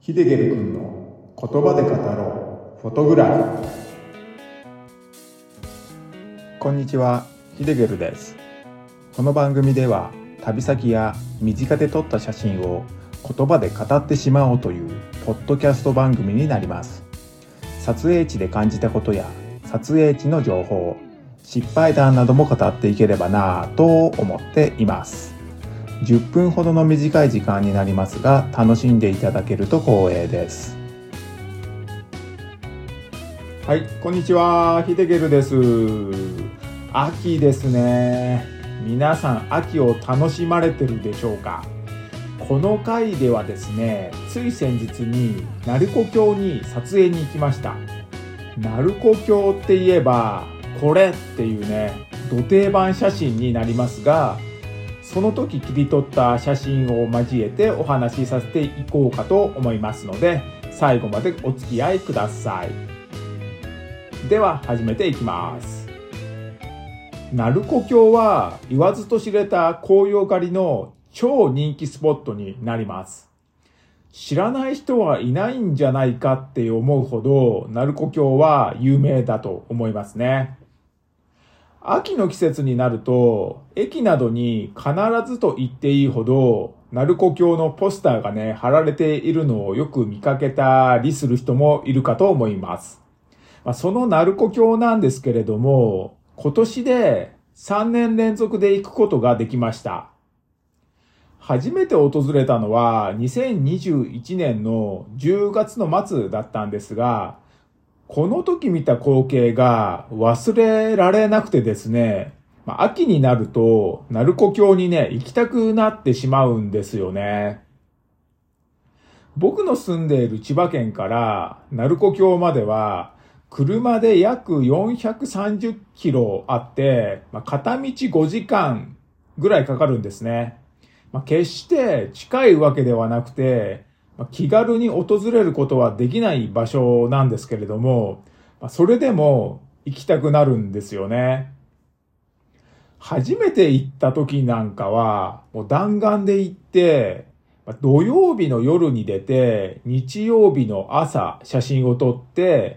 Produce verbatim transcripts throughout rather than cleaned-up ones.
ヒデゲル君の言葉で語ろうフォトグラフ。こんにちは、ヒデゲルです。この番組では旅先や身近で撮った写真を言葉で語ってしまおうというポッドキャスト番組になります。撮影地で感じたことや撮影地の情報、失敗談なども語っていければなぁと思っています。じゅっぷんほどの短い時間になりますが、楽しんでいただけると光栄です。はい、こんにちは、ヒデゲルです。秋ですね。皆さん秋を楽しまれてるでしょうか。この回ではですね、つい先日に鳴子峡に撮影に行きました。鳴子峡って言えばこれっていうね、ど定番写真になりますが、その時切り取った写真を交えてお話しさせていこうかと思いますので、最後までお付き合いください。では始めていきます。鳴子峡は言わずと知れた紅葉狩りの超人気スポットになります。知らない人はいないんじゃないかって思うほど鳴子峡は有名だと思いますね。秋の季節になると駅などに必ずと言っていいほど鳴子峡のポスターがね貼られているのをよく見かけたりする人もいるかと思います。まあ、その鳴子峡なんですけれども、今年でさんねん連続で行くことができました。初めて訪れたのはにせんにじゅういちねんのじゅうがつの末だったんですが、この時見た光景が忘れられなくてですね、秋になると鳴子峡にね行きたくなってしまうんですよね。僕の住んでいる千葉県から鳴子峡までは車で約よんひゃくさんじゅっキロあって、片道ごじかんぐらいかかるんですね。決して近いわけではなくて、気軽に訪れることはできない場所なんですけれども、それでも行きたくなるんですよね。初めて行った時なんかは、もう弾丸で行って、土曜日の夜に出て、日曜日の朝写真を撮って、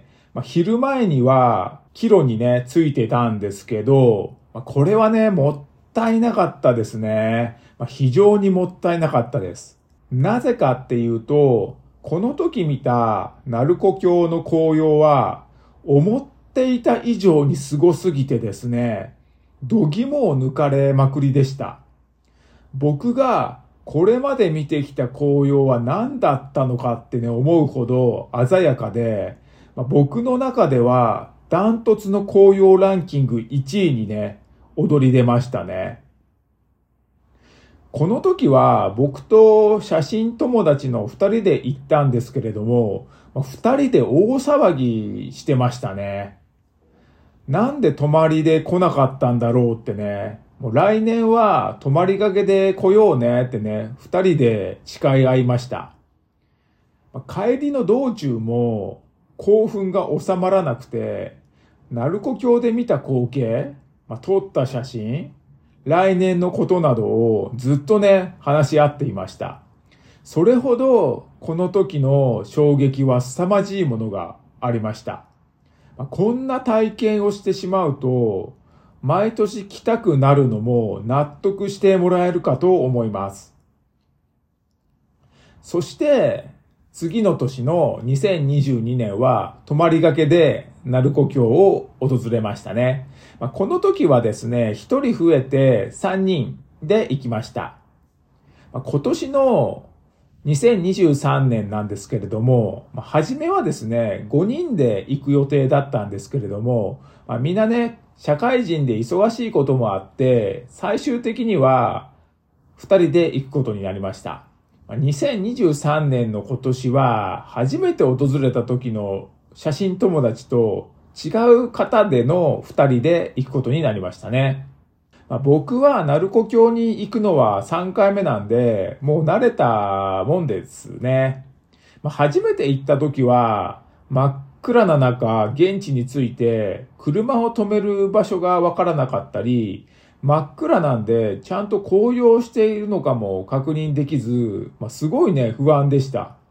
昼前には帰路にね、ついてたんですけど、これはね、もったいなかったですね。非常にもったいなかったです。なぜかっていうと、この時見た鳴子峡の紅葉は、思っていた以上にすごすぎてですね、度肝を抜かれまくりでした。僕がこれまで見てきた紅葉は何だったのかってね、思うほど鮮やかで、僕の中ではダントツの紅葉ランキングいちいにね、躍り出ましたね。この時は僕と写真友達の二人で行ったんですけれども、二人で大騒ぎしてましたね。なんで泊まりで来なかったんだろうってね、もう来年は泊まりがけで来ようねってね、二人で誓い合いました。帰りの道中も興奮が収まらなくて、鳴子峡で見た光景、撮った写真、来年のことなどをずっとね、話し合っていました。それほどこの時の衝撃は凄まじいものがありました。こんな体験をしてしまうと、毎年来たくなるのも納得してもらえるかと思います。そして次の年のにせんにじゅうにねんは泊まりがけで鳴子峡を訪れましたね。この時はですね、ひとり増えてさんにんで行きました。今年のにせんにじゅうさんねんなんですけれども、初めはですね、ごにんで行く予定だったんですけれども、みんなね、社会人で忙しいこともあって、最終的にはふたりで行くことになりました。にせんにじゅうさんねんの今年は、初めて訪れた時の写真友達と違う方でのふたりで行くことになりましたね。まあ、僕は鳴子峡に行くのはさんかいめなんで、もう慣れたもんですね。まあ、初めて行った時は、真っ暗な中、現地に着いて、車を止める場所がわからなかったり、真っ暗なんで、ちゃんと紅葉しているのかも確認できず、まあ、すごいね、不安でした。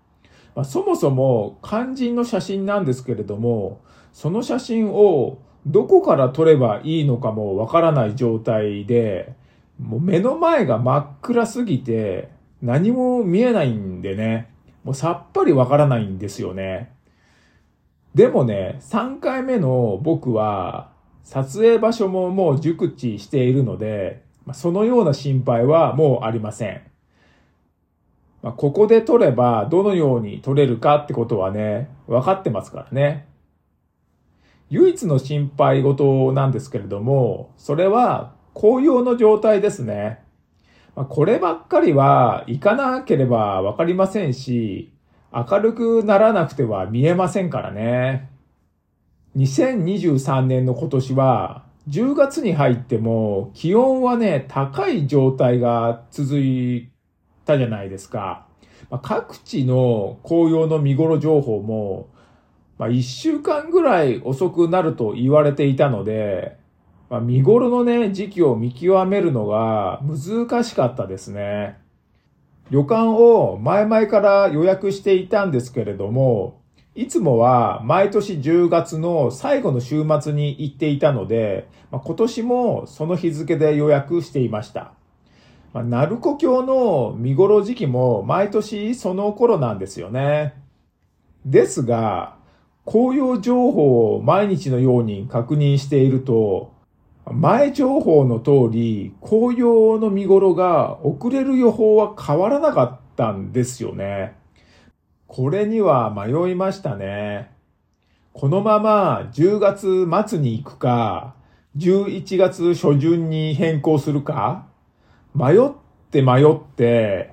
まあ、そもそも肝心の写真なんですけれども、その写真をどこから撮ればいいのかもわからない状態で、もう目の前が真っ暗すぎて何も見えないんでね、もうさっぱりわからないんですよね。でもね、さんかいめの僕は撮影場所ももう熟知しているので、そのような心配はもうありません。ここで撮ればどのように撮れるかってことはね、分かってますからね。唯一の心配事なんですけれども、それは紅葉の状態ですね。こればっかりは行かなければわかりませんし、明るくならなくては見えませんからね。にせんにじゅうさんねんの今年は、じゅうがつに入っても気温はね、高い状態が続いたじゃないですか。各地の紅葉の見頃情報も、まあ、いっしゅうかんぐらい遅くなると言われていたので、まあ、見頃のね、時期を見極めるのが難しかったですね。旅館を前々から予約していたんですけれども、いつもは毎年じゅうがつの最後の週末に行っていたので、まあ、今年もその日付で予約していました。まあ、鳴子峡の見頃時期も毎年その頃なんですよね。ですが、紅葉情報を毎日のように確認していると、前情報の通り、紅葉の見頃が遅れる予報は変わらなかったんですよね。これには迷いましたね。このままじゅうがつ末に行くか、じゅういちがつ初旬に変更するか、迷って迷って、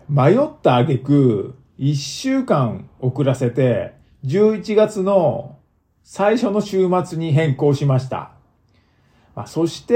迷った挙句、いっしゅうかん遅らせて、じゅういちがつの最初の週末に変更しました。まあ、そして、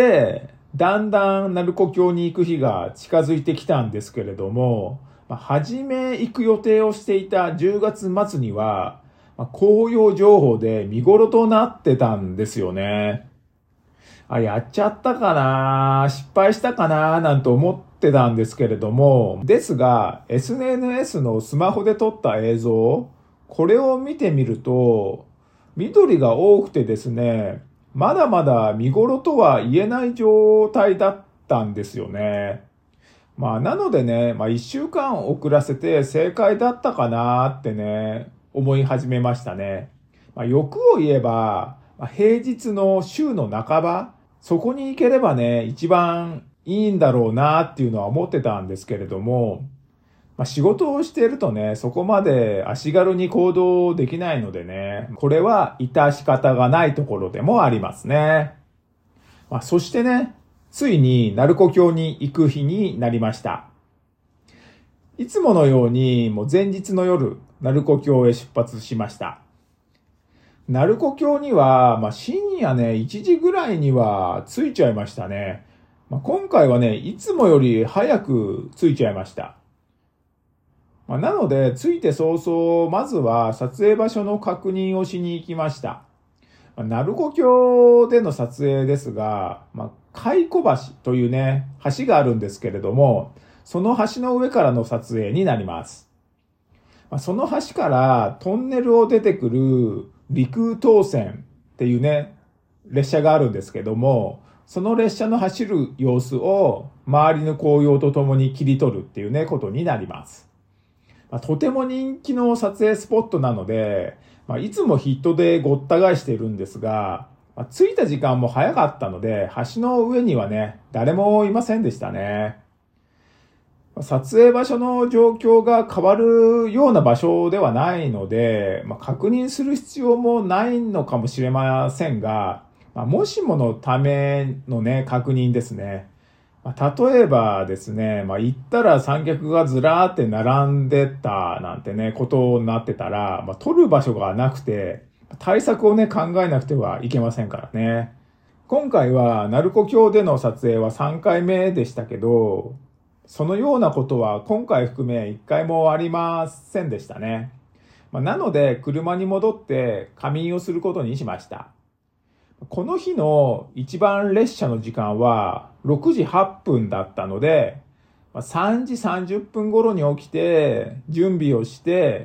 だんだん鳴子峡に行く日が近づいてきたんですけれども、まあ、初め行く予定をしていたじゅうがつ末には、まあ、紅葉情報で見頃となってたんですよね。あ、やっちゃったかな、失敗したかな、なんて思ってたんですけれども、ですが、エスエヌエス のスマホで撮った映像、これを見てみると、緑が多くてですね、まだまだ見頃とは言えない状態だったんですよね。まあ、なのでね、まあ、いっしゅうかん遅らせて正解だったかなってね、思い始めましたね。まあ、欲を言えば、平日の週の半ば、そこに行ければね、一番いいんだろうなっていうのは思ってたんですけれども、まあ、仕事をしているとね、そこまで足軽に行動できないのでね、これは致し方がないところでもありますね。まあ、そしてね、ついに鳴子峡に行く日になりました。いつものようにもう前日の夜、鳴子峡へ出発しました。鳴子峡には、まあ、深夜ね、いちじぐらいには着いちゃいましたね。まあ、今回はね、いつもより早く着いちゃいました。まあ、なので、着いて早々、まずは撮影場所の確認をしに行きました。まあ、鳴子峡での撮影ですが、まあ、海小橋というね、橋があるんですけれども、その橋の上からの撮影になります。まあ、その橋からトンネルを出てくる陸東線っていうね、列車があるんですけども、その列車の走る様子を周りの紅葉とともに切り取るっていうね、ことになります。まあ、とても人気の撮影スポットなので、まあ、いつも人でごった返しているんですが、まあ、着いた時間も早かったので、橋の上にはね、誰もいませんでしたね。撮影場所の状況が変わるような場所ではないので、まあ、確認する必要もないのかもしれませんが、まあ、もしものためのね、確認ですね。まあ、例えばですね、まあ、行ったら三脚がずらーって並んでたなんてね、ことになってたら、まあ、撮る場所がなくて、対策をね、考えなくてはいけませんからね。今回は鳴子峡での撮影はさんかいめでしたけど、そのようなことは今回含めいっかいもありませんでしたね。まあ、なので車に戻って仮眠をすることにしました。この日の一番列車の時間はろくじはっぷんだったので、さんじさんじゅっぷん頃に起きて準備をして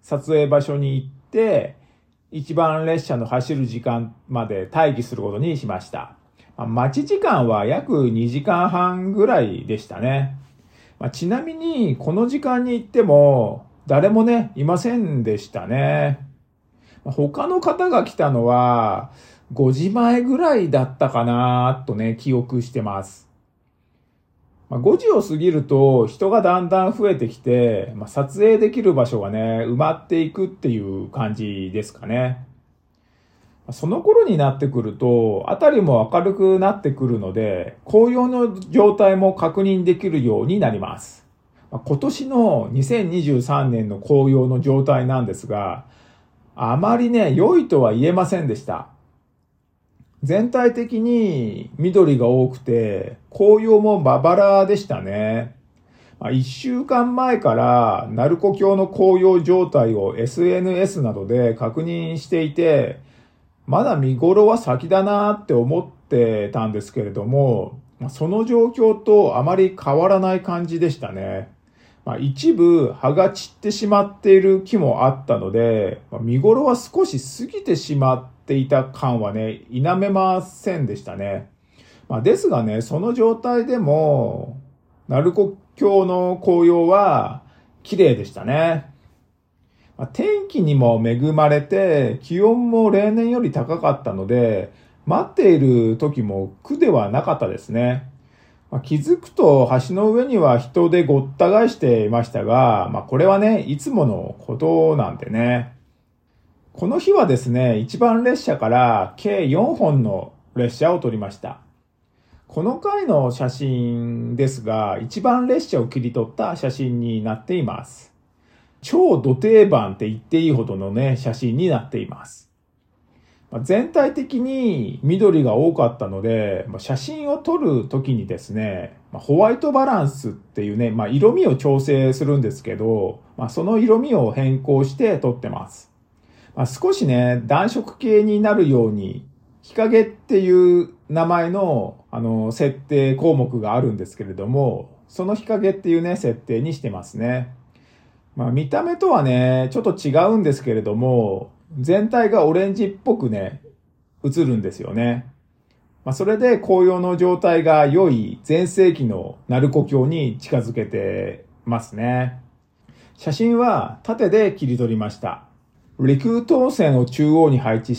撮影場所に行って、一番列車の走る時間まで待機することにしました。待ち時間は約にじかんはんぐらいでしたね。ちなみに、この時間に行っても、誰もね、いませんでしたね。他の方が来たのは、ごじまえぐらいだったかなとね、記憶してます。ごじを過ぎると人がだんだん増えてきて、撮影できる場所がね、埋まっていくっていう感じですかね。その頃になってくると、辺りも明るくなってくるので、紅葉の状態も確認できるようになります。今年のにせんにじゅうさんねんの紅葉の状態なんですが、あまりね、良いとは言えませんでした。全体的に緑が多くて、紅葉もまばらでしたね。いっしゅうかんまえから鳴子峡の紅葉状態を エスエヌエス などで確認していて、まだ見頃は先だなって思ってたんですけれども、その状況とあまり変わらない感じでしたね。一部葉が散ってしまっている木もあったので、見頃は少し過ぎてしまっていた感はね、否めませんでしたね。ですがね、その状態でも、鳴子峡の紅葉は綺麗でしたね。天気にも恵まれて、気温も例年より高かったので、待っている時も苦ではなかったですね。気づくと橋の上には人でごった返していましたが、まあこれはね、いつものことなんでね。この日はですね、一番列車から計よんほんの列車を撮りました。この回の写真ですが、一番列車を切り取った写真になっています。超ド定番って言っていいほどのね、写真になっています。全体的に緑が多かったので、写真を撮るときにですね、ホワイトバランスっていうね、まあ、色味を調整するんですけど、まあ、その色味を変更して撮ってます。まあ、少しね、暖色系になるように、日陰っていう名前の、あの、設定項目があるんですけれども、その日陰っていうね、設定にしてますね。まあ見た目とはね、ちょっと違うんですけれども、全体がオレンジっぽくね、映るんですよね。まあそれで紅葉の状態が良い全盛期の鳴子峡に近づけてますね。写真は縦で切り取りました。陸東線を中央に配置して、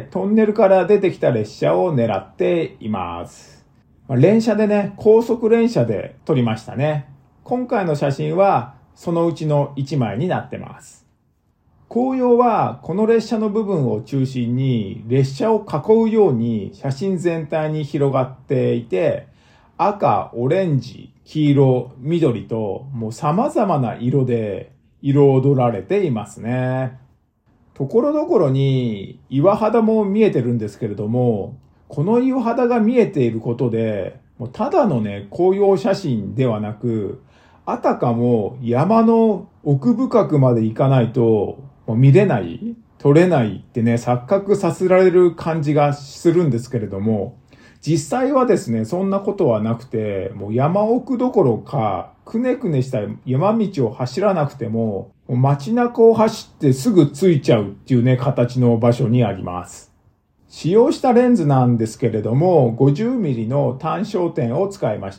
トンネルから出てきた列車を狙っています。連写でね、高速連写で撮りましたね。今回の写真は、そのうちのいちまいになってます。紅葉はこの列車の部分を中心に列車を囲うように写真全体に広がっていて、赤、オレンジ、黄色、緑ともう様々な色で彩られていますね。ところどころに岩肌も見えてるんですけれども、この岩肌が見えていることで、もうただのね、紅葉写真ではなく、あたかも山の奥深くまで行かないともう見れない、撮れないってね、錯覚させられる感じがするんですけれども、実際はですね、そんなことはなくて、もう山奥どころか、くねくねした山道を走らなくても、街中を走ってすぐ着いちゃうっていうね、形の場所にあります。使用したレンズなんですけれども、ごじゅうミリ の単焦点を使いました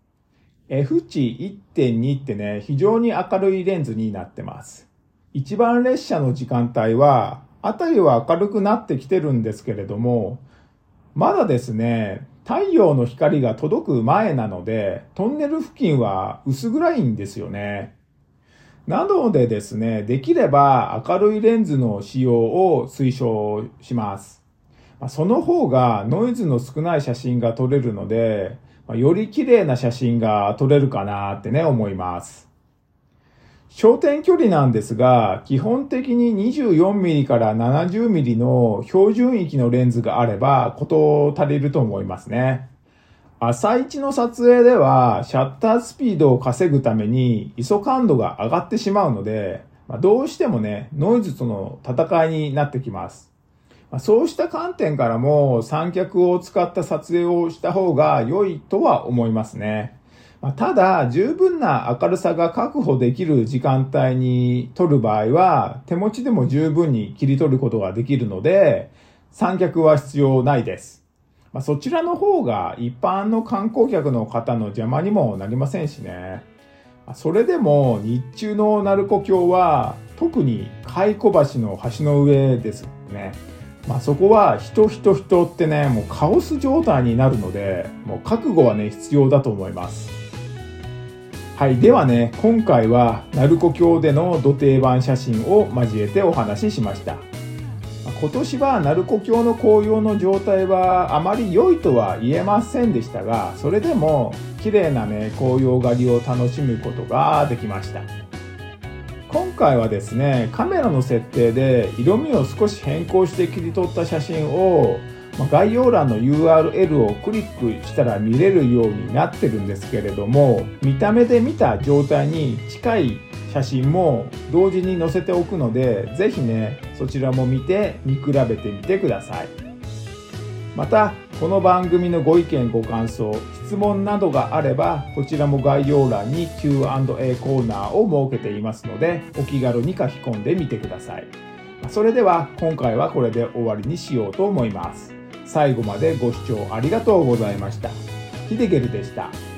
。F 値 いってんに ってね、非常に明るいレンズになってます。一番列車の時間帯は、辺りは明るくなってきてるんですけれども、まだですね、太陽の光が届く前なので、トンネル付近は薄暗いんですよね。なのでですね、できれば明るいレンズの使用を推奨します。その方がノイズの少ない写真が撮れるので、より綺麗な写真が撮れるかなってね、思います。焦点距離なんですが、基本的に にじゅうよんミリ から ななじゅうミリ の標準域のレンズがあれば、事足りると思いますね。朝一の撮影では、シャッタースピードを稼ぐために アイエスオ 感度が上がってしまうので、どうしてもね、ノイズとの戦いになってきます。そうした観点からも三脚を使った撮影をした方が良いとは思いますね。 まあ、ただ十分な明るさが確保できる時間帯に撮る場合は手持ちでも十分に切り取ることができるので三脚は必要ないです。まあ、そちらの方が一般の観光客の方の邪魔にもなりませんしね。それでも日中の鳴子峡は特に蚕橋の橋の上ですね。まあ、そこは人人人ってね、もうカオス状態になるので、もう覚悟はね、必要だと思います。はい、ではね、今回は鳴子峡でのど定番写真を交えてお話ししました。今年は鳴子峡の紅葉の状態はあまり良いとは言えませんでしたが、それでも綺麗なね、紅葉狩りを楽しむことができました。今回はですね、カメラの設定で色味を少し変更して切り取った写真を概要欄の ユーアールエル をクリックしたら見れるようになってるんですけれども、見た目で見た状態に近い写真も同時に載せておくので、ぜひね、そちらも見て見比べてみてください。また、この番組のご意見ご感想、質問などがあれば、こちらも概要欄に キューアンドエー コーナーを設けていますので、お気軽に書き込んでみてください。それでは今回はこれで終わりにしようと思います。最後までご視聴ありがとうございました。ヒデゲルでした。